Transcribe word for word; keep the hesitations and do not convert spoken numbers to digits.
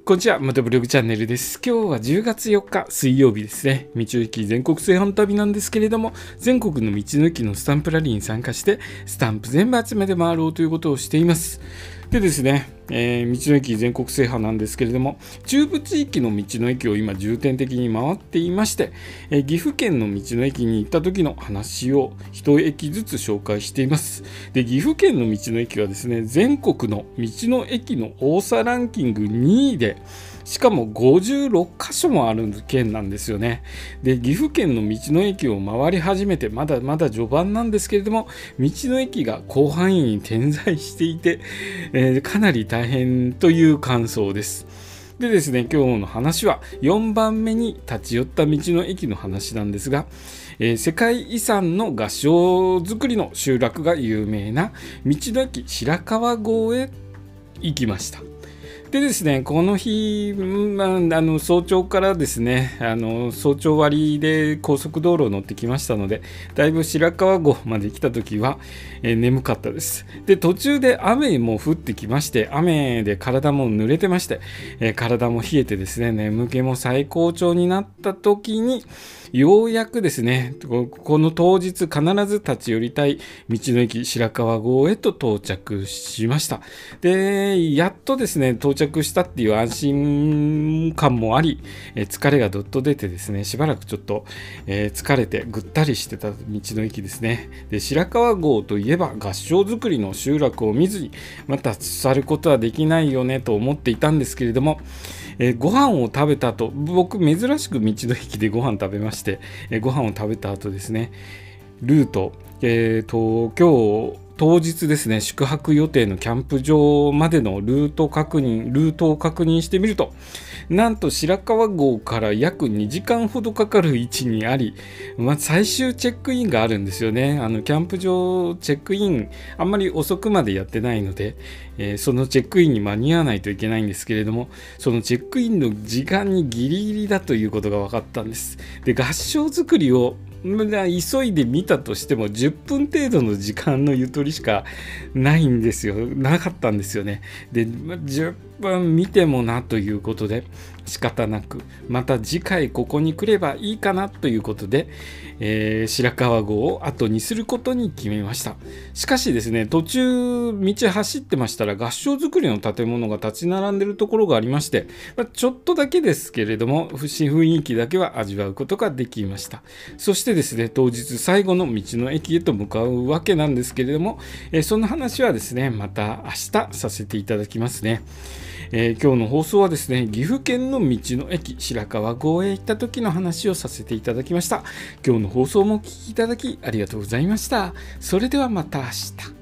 こんにちは、またブログチャンネルです。今日はじゅうがつよっか水曜日ですね。道の駅全国製販旅なんですけれども、全国の道の駅のスタンプラリーに参加して、スタンプ全部集めて回ろうということをしています。でですね、えー、道の駅全国制覇なんですけれども、中部地域の道の駅を今重点的に回っていまして、えー、岐阜県の道の駅に行った時の話を一駅ずつ紹介しています。で、岐阜県の道の駅はですね、全国の道の駅の多さランキングにいで、しかもごじゅうろっかしょもある県なんですよね。で、岐阜県の道の駅を回り始めてまだまだ序盤なんですけれども、道の駅が広範囲に点在していて、えー、かなり大変という感想です。でですね、今日の話はよんばんめに立ち寄った道の駅の話なんですが、えー、世界遺産の合掌造りの集落が有名な道の駅白川郷へ行きました。でですね、この日、まあ、あの早朝からですね、あの早朝割で高速道路を乗ってきましたので、だいぶ白川郷まで来た時は、えー、眠かったです。で、途中で雨も降ってきまして、雨で体も濡れてまして、えー、体も冷えてですね、眠気も最高潮になった時に、ようやくですね、この当日必ず立ち寄りたい道の駅白川郷へと到着しました。で、やっとですね、到着したっていう安心感もあり、え疲れがどっと出てですね、しばらくちょっと、えー、疲れてぐったりしてた道の駅ですね。で、白川郷といえば合掌造りの集落を見ずにまた去ることはできないよねと思っていたんですけれども、えー、ご飯を食べた後、僕珍しく道の駅でご飯食べまして、えー、ご飯を食べた後ですね、ルート、えー、と今日当日ですね、宿泊予定のキャンプ場までのルート確認、ルートを確認してみると、なんと白川郷から約にじかんほどかかる位置にあり、まあ、最終チェックインがあるんですよね。あのキャンプ場チェックイン、あんまり遅くまでやってないので、えー、そのチェックインに間に合わないといけないんですけれども、そのチェックインの時間にギリギリだということが分かったんです。で、合掌造りを急いで見たとしてもじゅっぷん程度の時間のゆとりしかないんですよ。なかったんですよね。で、じゅっぷん見てもなということで仕方なく、また次回ここに来ればいいかなということで、えー、白川郷を後にすることに決めました。しかしですね、途中道走ってましたら合掌造りの建物が立ち並んでいるところがありまして、まあ、ちょっとだけですけれども雰囲気だけは味わうことができました。そしてですね、当日最後の道の駅へと向かうわけなんですけれども、えー、その話はですね、また明日させていただきますね。えー、今日の放送はですね、岐阜県の道の駅白川郷へ行った時の話をさせていただきました。今日の放送もお聞きいただきありがとうございました。それではまた明日。